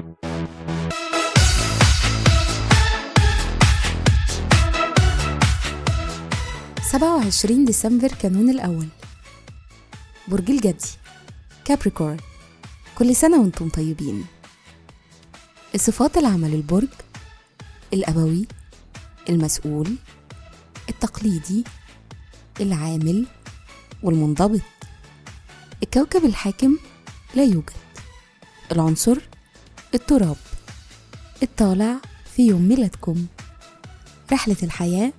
27 ديسمبر كانون الأول. برج الجدي كابريكورن. كل سنة وانتم طيبين. الصفات العامة للبرج: الأبوي، المسؤول، التقليدي، العامل، والمنضبط. الكوكب الحاكم لا يوجد. العنصر: التراب. الطالع في يوم ميلادكم. رحلة الحياة: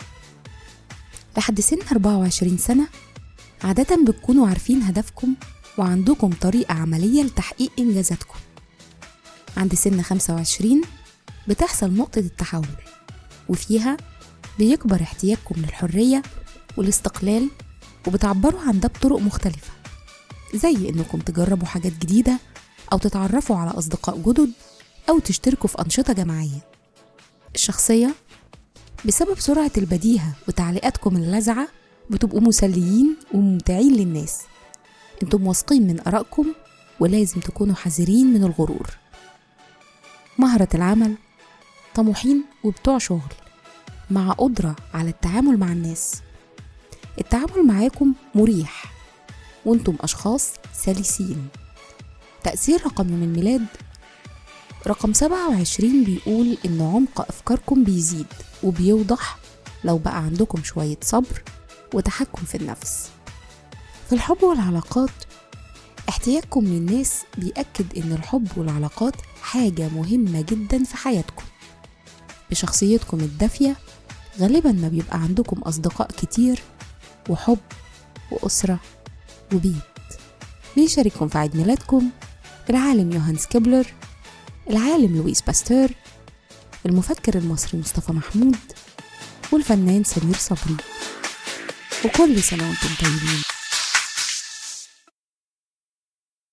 لحد سن 24 سنة عادة بتكونوا عارفين هدفكم وعندكم طريقة عملية لتحقيق إنجازاتكم. عند سن 25 بتحصل نقطة التحول، وفيها بيكبر احتياجكم للحرية والاستقلال، وبتعبروا عن ده بطرق مختلفة، زي إنكم تجربوا حاجات جديدة أو تتعرفوا على أصدقاء جدد أو تشتركوا في أنشطة جماعية. الشخصية: بسبب سرعة البديهة وتعليقاتكم اللاذعة بتبقوا مسليين وممتعين للناس. انتم واثقين من آرائكم ولازم تكونوا حذرين من الغرور. مهارة العمل: طموحين وبتوع شغل مع قدرة على التعامل مع الناس. التعامل معاكم مريح وانتم أشخاص سلسين. تأثير رقم يوم الميلاد: رقم 27 بيقول إن عمق أفكاركم بيزيد وبيوضح لو بقى عندكم شوية صبر وتحكم في النفس. في الحب والعلاقات: احتياجكم للناس بيأكد إن الحب والعلاقات حاجة مهمة جدا في حياتكم. بشخصيتكم الدافية غالبا ما بيبقى عندكم أصدقاء كتير وحب وأسرة وبيت. بيشارككم في عيد ميلادكم العالم يوهانس كيبلر، العالم لويس باستور، المفكر المصري مصطفى محمود، والفنان سمير صبري. وكل سنة وانتم طيبين.